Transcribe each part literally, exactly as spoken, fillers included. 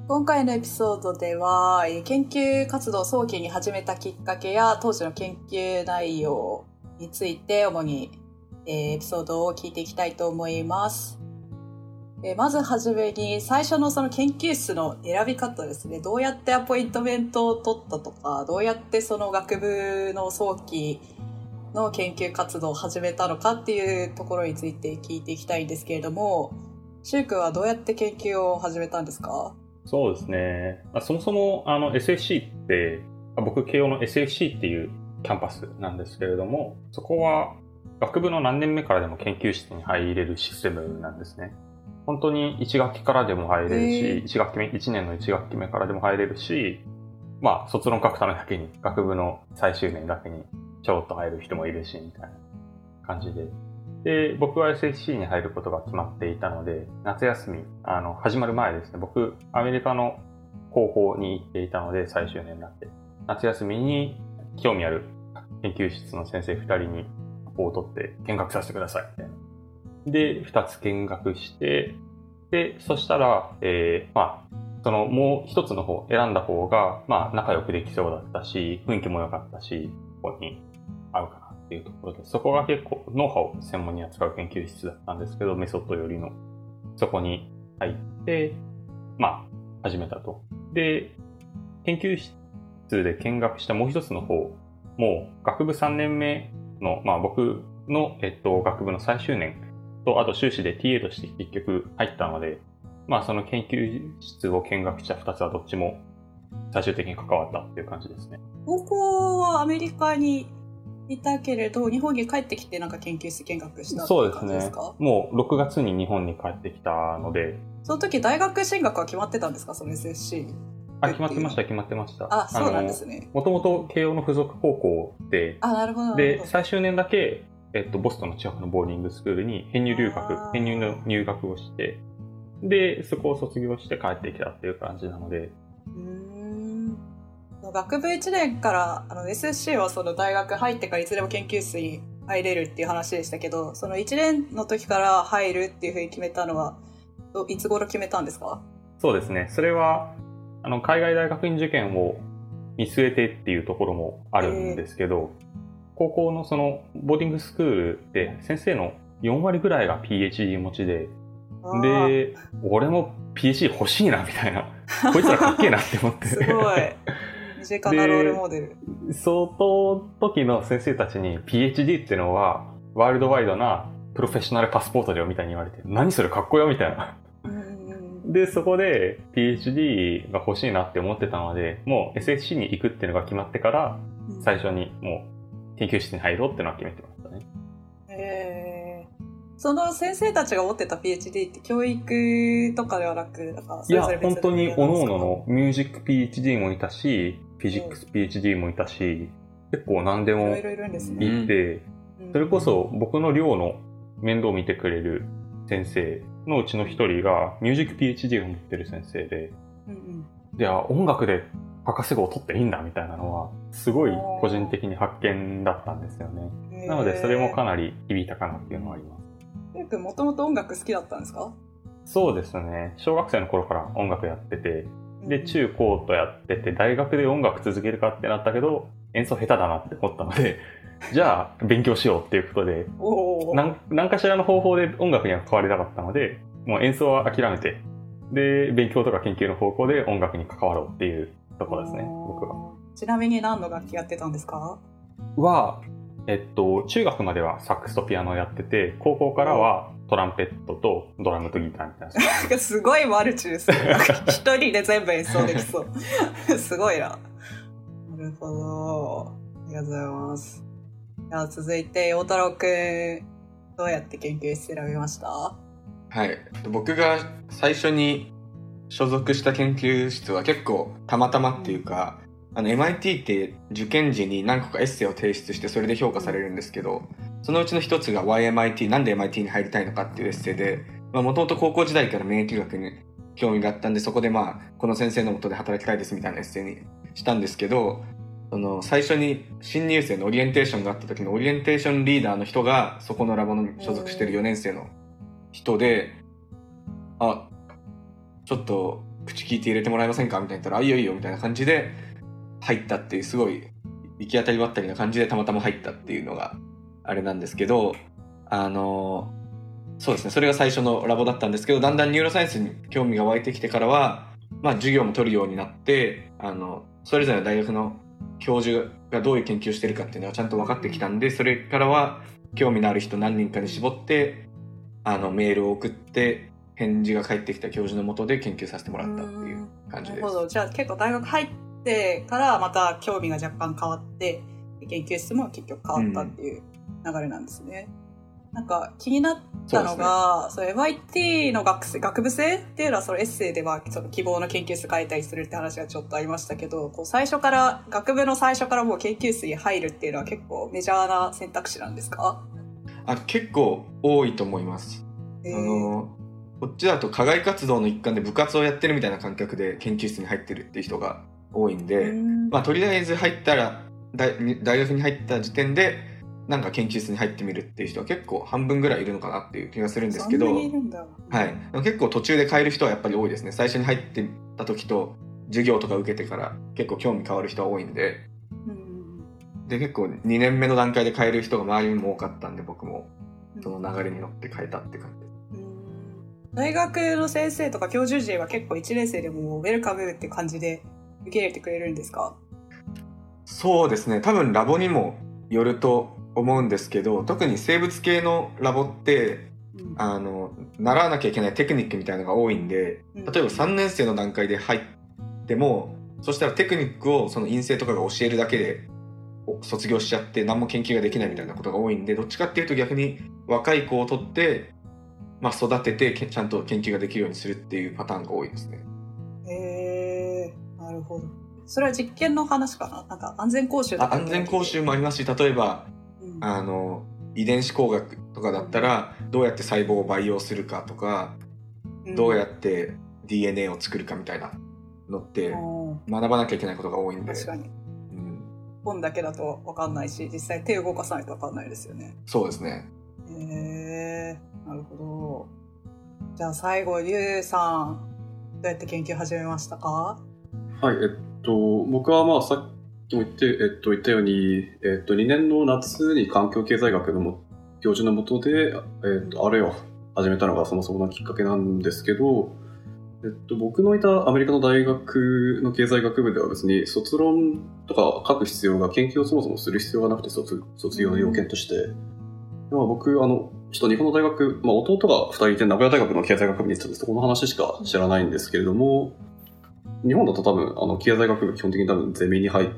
今回のエピソードでは研究活動を早期に始めたきっかけや当時の研究内容について主にエピソードを聞いていきたいと思います。まずはじめに最初のその研究室の選び方ですね。どうやってアポイントメントを取ったとか、どうやってその学部の早期の研究活動を始めたのかっていうところについて聞いていきたいんですけれども、しゅうくんはどうやって研究を始めたんですか？ そうですね。そもそもあの エスエフシー って、僕慶応の エスエフシー っていうキャンパスなんですけれども、そこは学部の何年目からでも研究室に入れるシステムなんですね。本当にいち学期からでも入れるし、いち学期目、いちねんのいち学期目からでも入れるし、まあ卒論書くためだけに、学部の最終年だけにちょろっと入る人もいるし、みたいな感じで。で、僕は エスエフシー に入ることが決まっていたので、夏休み、あの、始まる前ですね、僕、アメリカの高校に行っていたので、最終年になって、夏休みに興味ある研究室の先生ふたりにアポを取って見学させてください、みたいな。で、ふたつ見学して、で、そしたら、えー、まあ、そのもう一つの方、選んだ方が、まあ、仲良くできそうだったし、雰囲気も良かったし、ここに合うかなっていうところで、そこが結構ノウハウを専門に扱う研究室だったんですけど、メソッドよりの、そこに入って、まあ、始めたと。で、研究室で見学したもう一つの方、もう学部さんねんめの、まあ僕の、えっと、学部の最終年と、あと修士で ティーエー として結局入ったので、まあその研究室を見学したふたつはどっちも最終的に関わったっていう感じですね。 高校はアメリカにいたけれど、日本に帰ってきてなんか研究室見学したっていう感じですか？ そうですね。もうろくがつに日本に帰ってきたので。 その時大学進学は決まってたんですか？その エスエフシー。 あ、決まってました、決まってました。 あ、そうなんですね。 もともと慶応の付属高校で、 あ、なるほど。 で、最終年だけ、えっと、ボストンの近くのボーディングスクールに編入留学、編入の入学をして、で、そこを卒業して帰ってきたっていう感じなので。 うーん。学部いちねんからあの エスエフシー はその大学入ってからいつでも研究室に入れるっていう話でしたけど、そのいちねんの時から入るっていうふうに決めたのはいつ頃決めたんですか？ そうですね。それはあの海外大学院受験を見据えてっていうところもあるんですけど、えー、高校のそのボーディングスクールで先生のよんわりぐらいが ピーエイチディー 持ちで、で、俺も ピーエイチディー 欲しいなみたいな、こいつらかっけえなって思ってすごい身近なロールモデル。 その時の先生たちに ピーエイチディー っていうのはワールドワイドなプロフェッショナルパスポートだよみたいに言われて、何それかっこよみたいなで、そこで ピーエイチディー が欲しいなって思ってたので、もう エスエフシー に行くっていうのが決まってから、最初にもう研究室に入ろうっていうのは決めてましたね。 へー。その先生たちが持ってた ピーエイチディー って教育とかではなく、なんかそれぞれ別いや、本当に各々のミュージック ピーエイチディー もいたし、フィジックス ピーエイチディー もいたし、結構何でもいて、それこそ僕の寮の面倒を見てくれる先生のうちの一人がミュージック ピーエイチディー を持ってる先生で、うんうん、で、あ、音楽で博士号を取っていいんだみたいなのはすごい個人的に発見だったんですよね。なのでそれもかなり響いたかなっていうのはあります。 ゆうくんもともと音楽好きだったんですか？ そうですね。小学生の頃から音楽やってて、で中高とやってて、大学で音楽続けるかってなったけど演奏下手だなって思ったのでじゃあ勉強しようっていうことで、何, 何かしらの方法で音楽には関わりたかったので、もう演奏は諦めて、で勉強とか研究の方向で音楽に関わろうっていうところですね、僕は。 ちなみに何の楽器やってたんですか？ は、えっと中学まではサックスとピアノをやってて、高校からはトランペットとドラムとギターみたいな。 なんかすごいマルチですね。一人で全部演奏できそう。すごいな。なるほど。ありがとうございます。じゃあ続いて陽太郎くん、どうやって研究室選びました？ はい、僕が最初に所属した研究室は結構たまたまっていうか、うん、あの エムアイティー って受験時に何個かエッセイを提出してそれで評価されるんですけど、そのうちの一つが ワイエムアイティー なんで エムアイティー に入りたいのかっていうエッセイで、もともと高校時代から免疫学に興味があったんで、そこでまあこの先生の下で働きたいですみたいなエッセイにしたんですけど、その最初に新入生のオリエンテーションがあった時のオリエンテーションリーダーの人がそこのラボに所属してるよねん生の人で、あ、ちょっと口聞いて入れてもらえませんかみたいな言ったら、あ、いいよいいよみたいな感じで入ったっていう、すごい行き当たりばったりな感じでたまたま入ったっていうのがあれなんですけど、あのそうですね、それが最初のラボだったんですけど、だんだんニューロサイエンスに興味が湧いてきてからは、まあ授業も取るようになって、あのそれぞれの大学の教授がどういう研究をしてるかっていうのがちゃんと分かってきたんで、それからは興味のある人何人かに絞ってあのメールを送って返事が返ってきた教授の下で研究させてもらったっていう感じです。 なるほど。じゃあ結構大学入ってからまた興味が若干変わって研究室も結局変わったっていう流れなんですね。うん、なんか気になったのが、そう、ね、そう エムアイティー の学生学部生っていうのはそのエッセイではその希望の研究室変えたりするって話がちょっとありましたけど、こう最初から学部の最初からもう研究室に入るっていうのは結構メジャーな選択肢なんですか？ あ、結構多いと思います。あのこっちだと課外活動の一環で部活をやってるみたいな感覚で研究室に入ってるっていう人が多いんで、んまあとりあえず入ったら 大, 大学に入った時点でなんか研究室に入ってみるっていう人は結構半分ぐらいいるのかなっていう気がするんですけど、 そんなにいるんだ。 はい、結構途中で変える人はやっぱり多いですね。最初に入ってた時と授業とか受けてから結構興味変わる人は多いんで、うん、で結構にねんめの段階で変える人が周りにも多かったんで、僕もその流れに乗って変えたって感じです。 大学の先生とか教授陣は結構いちねん生でもウェルカムって感じで受け入れてくれるんですか？ そうですね、多分ラボにもよると思うんですけど、特に生物系のラボって、うん、あの習わなきゃいけないテクニックみたいなのが多いんで、例えばさんねん生の段階で入っても、そしたらテクニックをその院生とかが教えるだけで卒業しちゃって何も研究ができないみたいなことが多いんで、どっちかっていうと逆に若い子を取ってまあ、育ててちゃんと研究ができるようにするっていうパターンが多いですね。 へー、なるほど。それは実験の話かな？なんか安全講習とか。 安全講習もありますし、例えば、うん、あの遺伝子工学とかだったら、うん、どうやって細胞を培養するかとか、うん、どうやって ディーエヌエー を作るかみたいなのって学ばなきゃいけないことが多いんで。 確かに、うん、本だけだと分かんないし、実際手を動かさないと分かんないですよね。 そうですね。 へー、なるほど。じゃあ最後、リュウさん、どうやって研究始めましたか？ はい、えっと、僕はまあさっきも言って、えっと、言ったように、えっと、にねんの夏に環境経済学のも教授のもとで、えっと、あれを始めたのがそもそものきっかけなんですけど、えっと、僕のいたアメリカの大学の経済学部では別に卒論とか書く必要が、研究をそもそもする必要がなくて、卒、卒業の要件として、まあ、僕、あの、ちょっと日本の大学、まあ、弟がふたりいて名古屋大学の経済学部に行ってたんで、そこの話しか知らないんですけれども、日本だと多分、あの、経済学部基本的に多分ゼミに入って、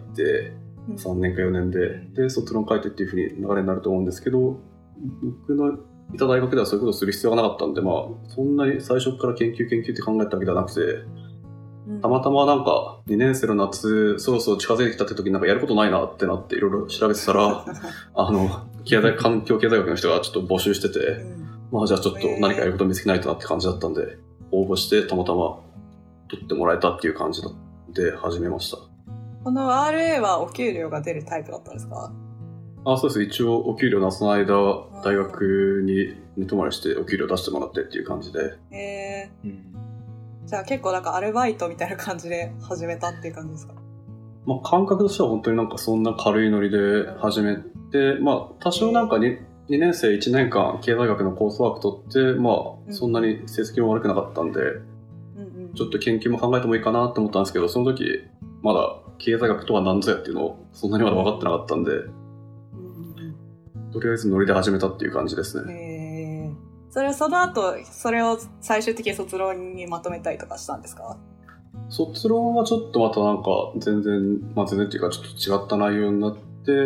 さんねんかよねんで、で、卒論書いてっていうふうに流れになると思うんですけど、僕のいた大学ではそういうことをする必要がなかったんで、まあ、そんなに最初から研究研究って考えたわけではなくて、たまたまなんかにねん生の夏そろそろ近づいてきたって時になんかやることないなってなっていろいろ調べてたらあの経済環境経済学の人がちょっと募集してて、うん、まあじゃあちょっと何かやること見つけないとなって感じだったんで、応募してたまたま取ってもらえたっていう感じで始めました。 この アールエー はお給料が出るタイプだったんですか？ あ、そうです。一応お給料のその間大学に寝泊まりしてお給料出してもらってっていう感じで。 へー、うん、じゃあ結構なんかアルバイトみたいな感じで始めたっていう感じですか？ まあ、感覚としては本当になんかそんな軽いノリで始めて、まあ多少なんか 2, にねん生いちねんかん経済学のコースワーク取って、まあそんなに成績も悪くなかったんで、うんうん、ちょっと研究も考えてもいいかなと思ったんですけど、その時まだ経済学とは何ぞやっていうのをそんなにまだ分かってなかったんで、うんうん、とりあえずノリで始めたっていう感じですね。 へー、それその後それを最終的に卒論にまとめたりとかしたんですか？ 卒論はちょっとまたなんか全然、まあ全然っていうかちょっと違った内容になって、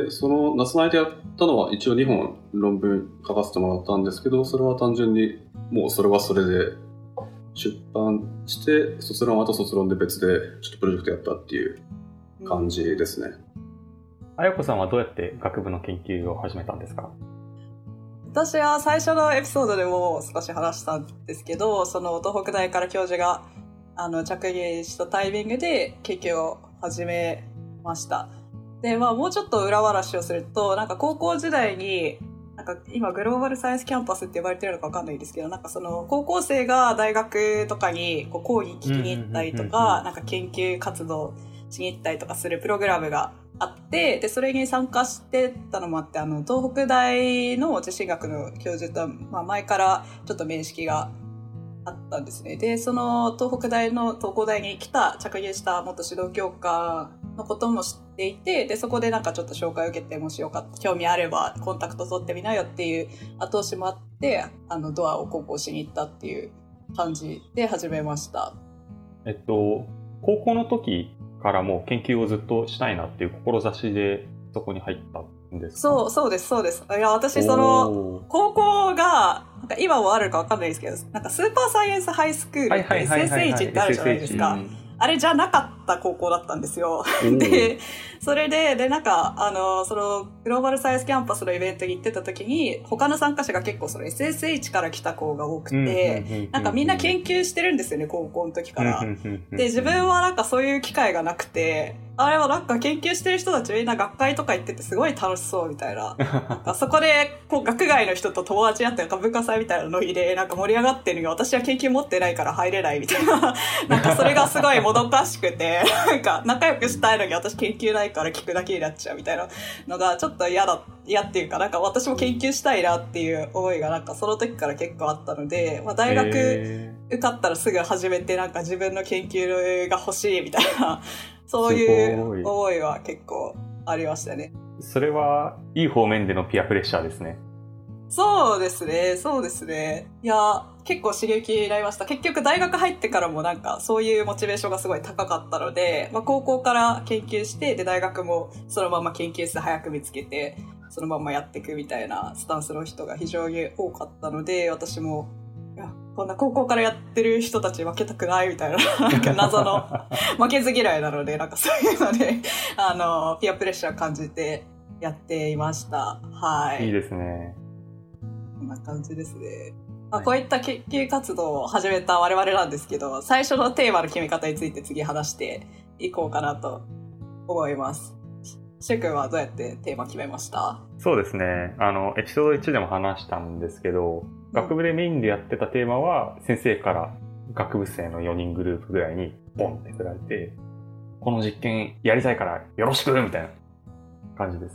その夏の間やったのは一応にほん論文書かせてもらったんですけど、それは単純にもうそれはそれで出版して、卒論はあと卒論で別でちょっとプロジェクトやったっていう感じですね。 あやこさんはどうやって学部の研究を始めたんですか？ 私は最初のエピソードでも少し話したんですけど、その東北大から教授があの着任したタイミングで研究を始めました。で、まあもうちょっと裏話をすると、なんか高校時代にか今グローバルサイエンスキャンパスって呼ばれてるのかわかんないですけど、なんかその高校生が大学とかにこう講義聞きに行ったりとか、なんか研究活動しに行ったりとかするプログラムがあって、でそれに参加してたのもあって、あの東北大の地震学の教授とは、まあ、前からちょっと面識があったんですね。でその東北大の東工大に来た着任した元指導教官のことも知っていて、でそこでなんかちょっと紹介を受けて、もしよかった興味あればコンタクト取ってみなよっていう後押しもあって、あのドアを高校しに行ったっていう感じで始めました。 えっと高校の時からもう研究をずっとしたいなっていう志でそこに入ったんですか？ そうそうですそうです。いや私その高校がなんか今もあるかわかんないですけど、なんかスーパーサイエンスハイスクールって エスエスエイチ ってあるじゃないですか。あれじゃなかった高校だったんですよ。で、それで、で、なんか、あの、その、グローバルサイエンスキャンパスのイベントに行ってた時に、他の参加者が結構その エスエスエイチ から来た子が多くて、なんかみんな研究してるんですよね、高校の時から。で、自分はなんかそういう機会がなくて、あれはなんか研究してる人たちみんな学会とか行っててすごい楽しそうみたいな。なんかそこで、こう、学外の人と友達になって、なんか文化祭みたいなので、なんか盛り上がってるのに私は研究持ってないから入れないみたいな。なんかそれがすごいもどかしくて、なんか仲良くしたいのに私研究ないから聞くだけになっちゃうみたいなのがちょっと嫌だ、嫌っていうか、なんか私も研究したいなっていう思いがなんかその時から結構あったので、まあ大学受かったらすぐ始めてなんか自分の研究が欲しいみたいな、そういう思いは結構ありましたね。 それはいい方面でのピアプレッシャーですね。 そうですね、そうですね。いや、結構刺激になりました。結局大学入ってからもなんかそういうモチベーションがすごい高かったので、まあ、高校から研究して、で大学もそのまま研究室早く見つけて、そのままやっていくみたいなスタンスの人が非常に多かったので、私も、いや、こんな高校からやってる人たち負けたくないみたいな、なんか謎の負けず嫌いなので、なんかそういうので、あの、ピアプレッシャー感じてやっていました。はい。 いいですね。 こんな感じですね。まあ、こういった研究活動を始めた我々なんですけど、最初のテーマの決め方について次話していこうかなと思います。シュウ君はどうやってテーマ決めました？ そうですね。あの、エピソードいちでも話したんですけど、学部でメインでやってたテーマは、先生から学部生のよにんグループぐらいにポンって振られて、この実験やりたいからよろしくみたいな感じです。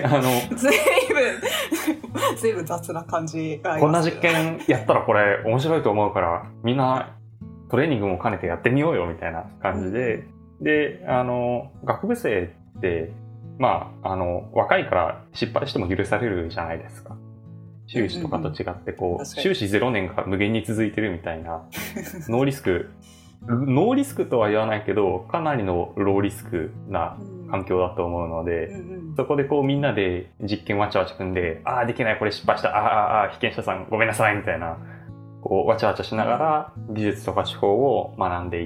あの、 ずいぶん、ずいぶん雑な感じがあります。 こんな実験やったらこれ面白いと思うから、みんなトレーニングも兼ねてやってみようよみたいな感じで、うん、で、あの、学部生って、まあ、あの、若いから失敗しても許されるじゃないですか。修士とかと違って、こう、修士ゼロねんが無限に続いてるみたいな、ノーリスク、ノーリスクとは言わないけど、かなりのローリスクな環境だと思うので、うんうん、そこでこうみんなで実験わちゃわちゃ組んで、ああ、できない、これ失敗した、ああ、ああ、被験者さんごめんなさい、みたいな、こう、わちゃわちゃしながら技術とか手法を学んでいって、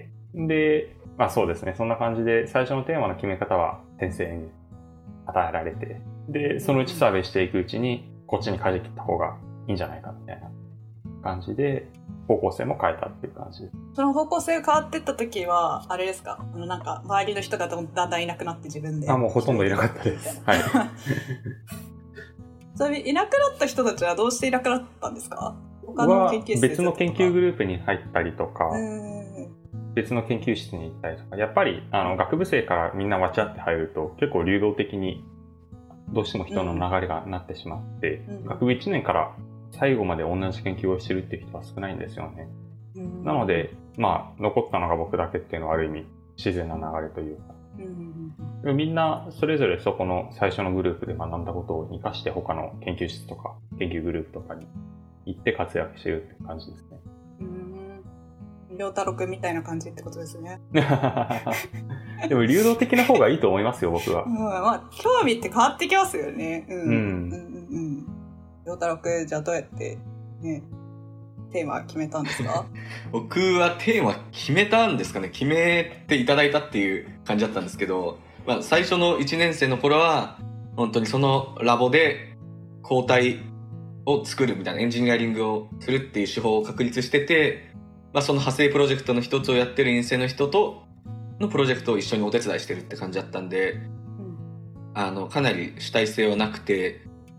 で、まあそうですね、そんな感じで最初のテーマの決め方は先生に与えられて、で、そのうちサーベイしていくうちに、こっちに舵切った方がいいんじゃないかみたいな感じで、方向性も変えたっていう感じです。 その方向性が変わってった時は、あれですか、あのなんか周りの人がだんだんいなくなって自分で。 あ、もうほとんどいなかったです。はい。 それいなくなった人たちはどうしていなくなったんですか？他の研究室別の研究グループに入ったりとか、別の研究室に行ったりとか、やっぱりあの学部生からみんなわちゃって入ると結構流動的にどうしても人の流れがなってしまって、うん、学部いちねんから最後まで同じ研究をしてるっていう人は少ないんですよね。うん、なので、まあ、残ったのが僕だけっていうのはある意味自然な流れというか、うん、みんなそれぞれそこの最初のグループで学んだことを生かして他の研究室とか研究グループとかに行って活躍してるって感じですね。 良太郎くんみたいな感じってことですね。 でも流動的な方がいいと思いますよ、僕は。 うん、まあ興味って変わってきますよね。うん。うんうんうん。良太郎くん、じゃあどうやってねテーマ決めたんですか？ 僕はテーマ決めたんですかね。決めていただいたっていう感じだったんですけど、まあ最初のいちねん生の頃は本当にそのラボで抗体を作るみたいなエンジニアリングをするっていう手法を確立してて、まあ、その派生プロジェクトの一つをやってる院生の人とのプロジェクトを一緒にお手伝いしてるって感じだったんで、うん、あのかなり主体性はなくて、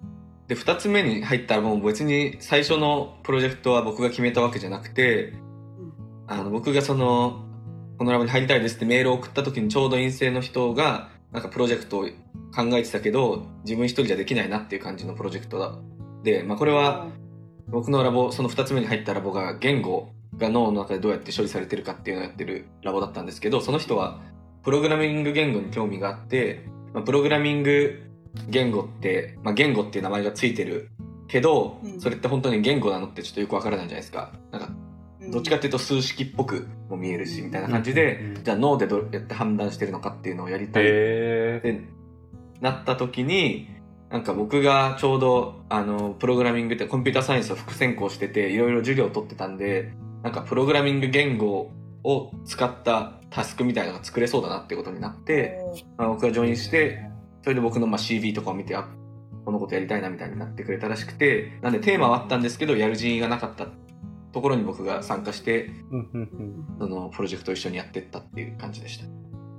でふたつめに入ったらもう別に最初のプロジェクトは僕が決めたわけじゃなくて、あの僕がそのこのラボに入りたいですってメールを送った時にちょうど院生の人がなんかプロジェクトを考えてたけど自分一人じゃできないなっていう感じのプロジェクトだで、まあ、これは僕のラボ、そのふたつめに入ったラボが言語が脳の中でどうやって処理されてるかっていうのをやってるラボだったんですけど、その人はプログラミング言語に興味があって、まあ、プログラミング言語って、まあ、言語っていう名前がついてるけど、うん、それって本当に言語なのってちょっとよくわからないじゃないですか。なんかどっちかっていうと数式っぽくも見えるしみたいな感じで、うん、じゃあ脳でどうやって判断してるのかっていうのをやりたいってなった時に、なんか僕がちょうどあのプログラミングってコンピューターサイエンスを副専攻してていろいろ授業を取ってたんで、なんかプログラミング言語を使ったタスクみたいなのが作れそうだなってことになって、まあ、僕がジョインしてそれで僕のまあ シーブイ とかを見て、あ、このことやりたいなみたいになってくれたらしくて、なんでテーマはあったんですけどやる人がなかったところに僕が参加してそのプロジェクトを一緒にやってったっていう感じでした。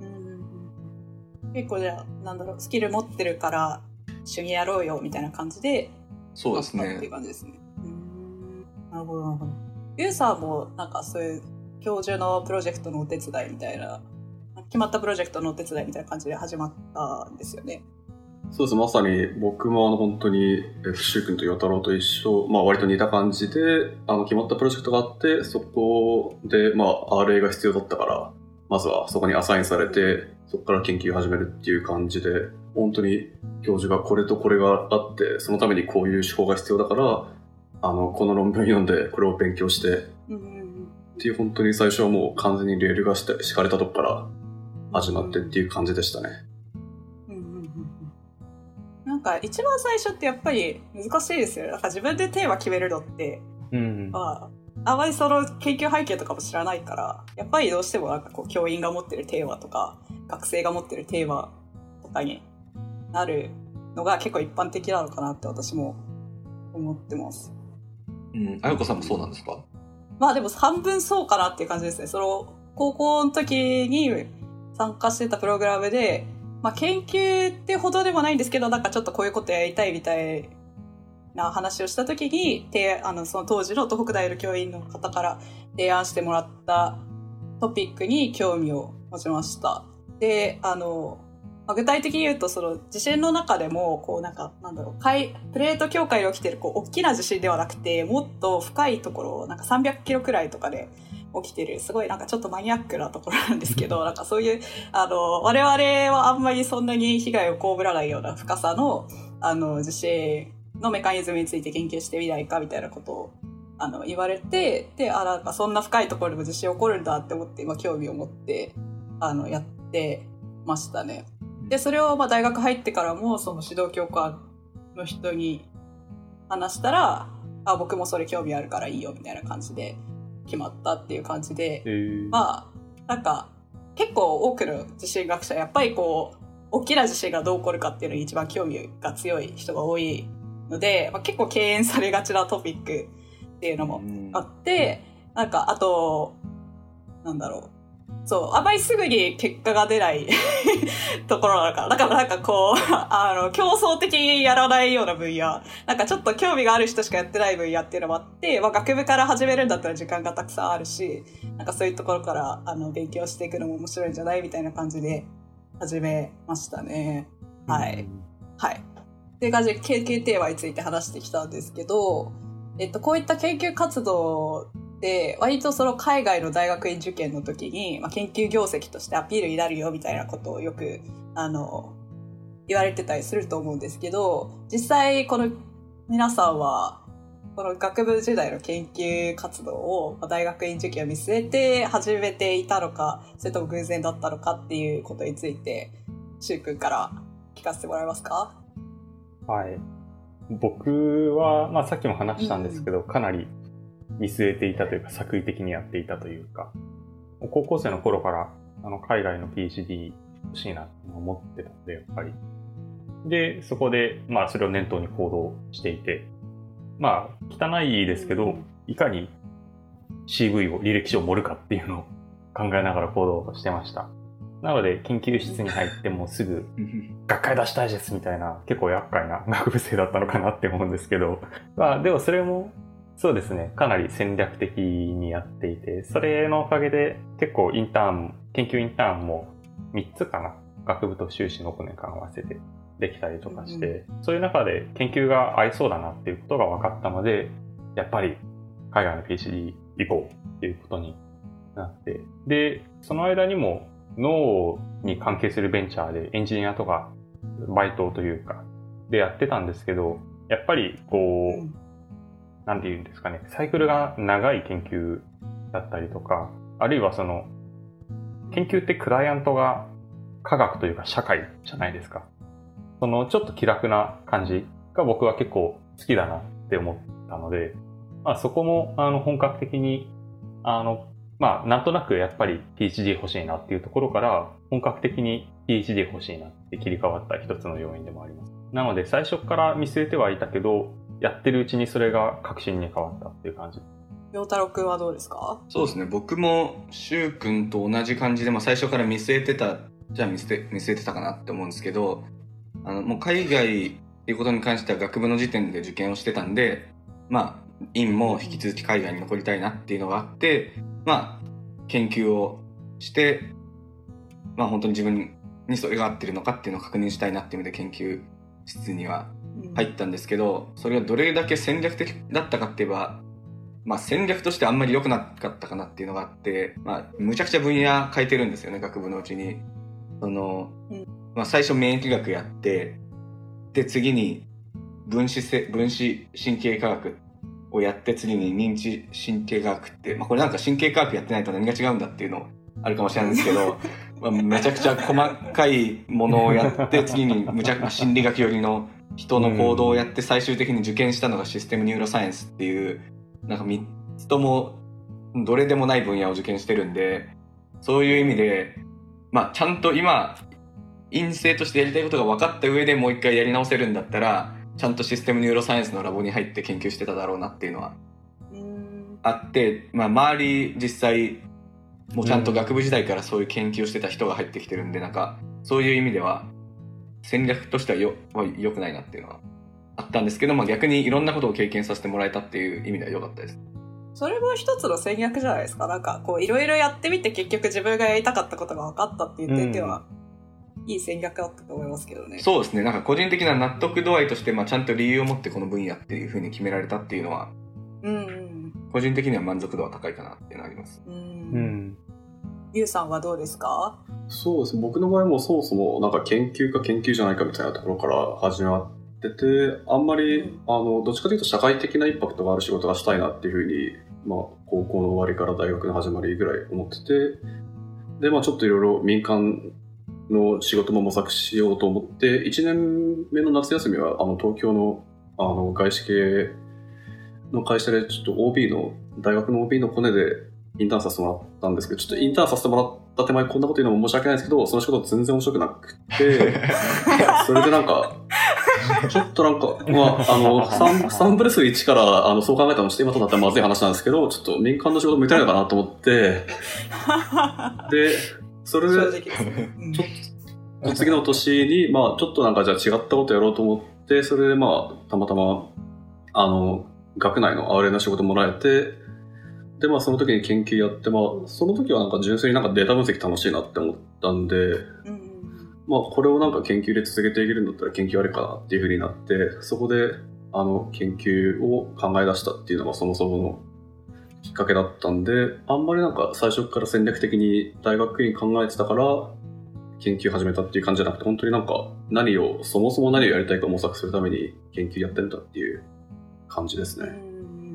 結構じゃあなんだろう、スキル持ってるから一緒にやろうよみたいな感じで、 そうですね。 っていう感じですね。うーん、なるほどなるほど。ユウさんもなんかそういう教授のプロジェクトのお手伝いみたいな、決まったプロジェクトのお手伝いみたいな感じで始まったんですよね。 そうです。まさに僕もあの本当にフシュウ君とヨタロウと一緒、まあ割と似た感じで、あの決まったプロジェクトがあって、そこでまあ アールエー が必要だったから、まずはそこにアサインされて、そこから研究を始めるっていう感じで、本当に教授がこれとこれがあって、そのためにこういう手法が必要だから、あのこの論文読んでこれを勉強して、うんうんうん、っていう本当に最初はもう完全にレールがして敷かれたとこから始まってっていう感じでしたね。 うんうんうんうん、なんか一番最初ってやっぱり難しいですよね。なんか自分でテーマ決めるのって、うんうん、まあ、あまりその研究背景とかも知らないから、やっぱりどうしてもなんかこう教員が持ってるテーマとか学生が持ってるテーマとかになるのが結構一般的なのかなって私も思ってます。 うん、あやこさんもそうなんですか？ まあでも半分そうかなっていう感じですね。その高校の時に参加してたプログラムで、まあ研究ってほどでもないんですけど、なんかちょっとこういうことやりたいみたいな話をした時に、あのその当時の東北大の教員の方から提案してもらったトピックに興味を持ちました。で、あのまあ、具体的に言うと、その地震の中でもこうなんかなんだろう、海プレート境界で起きてるこう大きな地震ではなくて、もっと深いところ、なんかさんびゃくキロくらいとかで起きてる、すごいなんかちょっとマニアックなところなんですけど、なんかそういうあの我々はあんまりそんなに被害を被らないような深さのあの地震のメカニズムについて研究してみないかみたいなことをあの言われて、で、あ、なんかそんな深いところでも地震起こるんだって思って今興味を持ってあのやってましたね。でそれをまあ大学入ってからもその指導教官の人に話したら、あ、僕もそれ興味あるからいいよみたいな感じで決まったっていう感じで、まあなんか結構多くの地震学者やっぱりこう大きな地震がどう起こるかっていうのに一番興味が強い人が多いので、まあ、結構敬遠されがちなトピックっていうのもあって、なんかあとなんだろう、そう、あまりすぐに結果が出ないところだから、だからなんかこう、あの、競争的にやらないような分野、なんかちょっと興味がある人しかやってない分野っていうのもあって、まあ学部から始めるんだったら時間がたくさんあるし、なんかそういうところからあの勉強していくのも面白いんじゃないみたいな感じで始めましたね。はい。はい。っていう感じで研究テーマについて話してきたんですけど、えっと、こういった研究活動で割とその海外の大学院受験の時に、まあ、研究業績としてアピールになるよみたいなことをよくあの言われてたりすると思うんですけど、実際この皆さんはこの学部時代の研究活動を大学院受験を見据えて始めていたのか、それとも偶然だったのかっていうことについてシュウ君から聞かせてもらえますか？ はい、僕は、まあ、さっきも話したんですけど、うん、かなり見据えていたというか作為的にやっていたというか、高校生の頃からあの海外の ピーエイチディー 欲しいなって思ってたので、やっぱりでそこで、まあ、それを念頭に行動していて、まあ汚いですけど、いかに シーブイ を履歴書を盛るかっていうのを考えながら行動してました。 なので研究室に入ってもすぐ学会出したいですみたいな結構厄介な学部生だったのかなって思うんですけど、まあでもそれもそうですね、かなり戦略的にやっていて、それのおかげで結構インターン、研究インターンもみっつかな、学部と修士のごねんかん合わせてできたりとかして、うん、そういう中で研究が合いそうだなっていうことが分かったので、やっぱり海外の ピーエイチディー 行こうっていうことになって、で、その間にも脳に関係するベンチャーでエンジニアとかバイトというかでやってたんですけど、やっぱりこう、うんなんて言うんですかね、サイクルが長い研究だったりとか、あるいはその、研究ってクライアントが科学というか社会じゃないですか。そのちょっと気楽な感じが僕は結構好きだなって思ったので、まあそこもあの本格的に、あの、まあなんとなくやっぱり ピーエイチディー 欲しいなっていうところから本格的に ピーエイチディー 欲しいなって切り替わった一つの要因でもあります。なので最初から見据えてはいたけど、やってるうちにそれが確信に変わったっていう感じ。 陽太郎くんはどうですか？ そうですね、僕もしゅうくんと同じ感じで、まあ、最初から見据えてたじゃあ見据え、見据えてたかなって思うんですけど、あのもう海外っていうことに関しては学部の時点で受験をしてたんで、まあ院も引き続き海外に残りたいなっていうのがあって、まあ研究をして、まあ本当に自分にそれが合ってるのかっていうのを確認したいなっていう意味で研究室には入ったんですけど、それがどれだけ戦略的だったかって言えば、まあ戦略としてあんまり良くなかったかなっていうのがあって、まあむちゃくちゃ分野変えてるんですよね、学部のうちに。その、まあ最初免疫学やって、で次に分子せ分子神経科学をやって、次に認知神経科学って、まあこれなんか神経科学やってないと何が違うんだっていうのあるかもしれないんですけど、まあめちゃくちゃ細かいものをやって、次にむちゃくちゃ心理学寄りの人の行動をやって、最終的に受験したのがシステムニューロサイエンスっていう、なんかみっつともどれでもない分野を受験してるんで、そういう意味で、まあちゃんと今院生としてやりたいことが分かった上でもう一回やり直せるんだったら、ちゃんとシステムニューロサイエンスのラボに入って研究してただろうなっていうのはあって、まあ周り実際もうちゃんと学部時代からそういう研究をしてた人が入ってきてるんで、なんかそういう意味では戦略としてはよ良くないなっていうのはあったんですけど、まあ、逆にいろんなことを経験させてもらえたっていう意味では良かったです。 それも一つの戦略じゃないですか。なんかこういろいろやってみて結局自分がやりたかったことが分かったっていう点では、うん、いい戦略だったと思いますけどね。 そうですね、なんか個人的な納得度合いとして、まあ、ちゃんと理由を持ってこの分野っていう風に決められたっていうのは、うんうん、個人的には満足度は高いかなっていうのがあります。うん、うんリュウさんはどうですか？ そうですね、僕の場合もそもそもなんか研究か研究じゃないかみたいなところから始まってて、あんまり、うん、あのどっちかというと社会的なインパクトがある仕事がしたいなっていうふうに、まあ、高校の終わりから大学の始まりぐらい思ってて、で、まあ、ちょっといろいろ民間の仕事も模索しようと思って、いちねんめの夏休みはあの東京の、あの外資系の会社でちょっと オービー の大学の オービー のコネでインターンさせてもらったんですけど、ちょっとインターンさせてもらった手前こんなこと言うのも申し訳ないですけど、その仕事全然面白くなくてそれでなんかちょっとなんか、まあ、あのサンプル数いちからあのそう考えたのちょっと今となったらまずい話なんですけど、ちょっと民間の仕事向いてないのかなと思ってで、それでちょっと次の年に、まあ、ちょっとなんかじゃあ違ったことやろうと思って、それでまあたまたまあの学内の アールエー の仕事もらえて、でまあその時に研究やって、まあその時はなんか純粋になんかデータ分析楽しいなって思ったんで、うん、まあこれをなんか研究で続けていけるんだったら研究あれかなっていう風になって、そこであの研究を考え出したっていうのがそもそものきっかけだったんで、あんまりなんか最初から戦略的に大学院考えてたから研究始めたっていう感じじゃなくて、本当になんか何をそもそも何をやりたいか模索するために研究やってみたっていう感じですね。うん、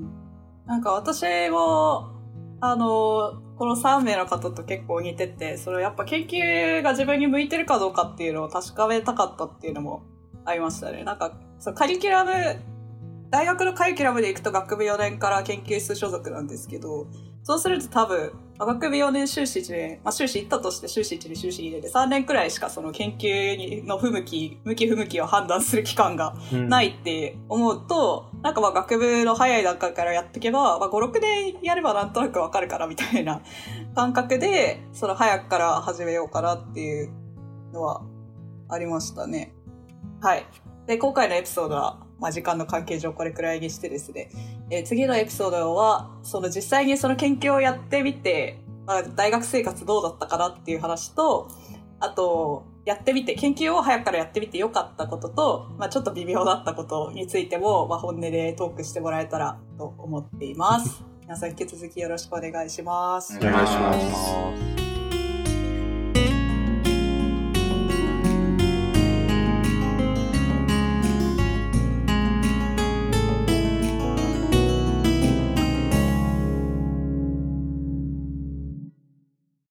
なんか私もあのこのさん名の方と結構似てて、それやっぱ研究が自分に向いてるかどうかっていうのを確かめたかったっていうのもありましたね。なんかそのカリキュラム大学のカリキュラムで行くと学部よねんから研究室所属なんですけど、 そうすると多分、学部よねん修士いちねん、まあ修士行ったとして修士いちねん修士にねんでさんねんくらいしかその研究の不向き、向き不向きを判断する期間がないって思うと、うん、なんかまあ学部の早い段階からやっていけば、まあご、ろくねんやればなんとなくわかるからみたいな感覚で、その早くから始めようかなっていうのはありましたね。はい。で、今回のエピソードは、まあ時間の関係上これくらいにしてですね、えー、次のエピソードは、その実際にその研究をやってみて、まあ、大学生活どうだったかなっていう話と、あと、やってみて、研究を早くからやってみてよかったことと、まあちょっと微妙だったことについても、まあ本音でトークしてもらえたらと思っています。皆さん引き続きよろしくお願いします。 お願いします。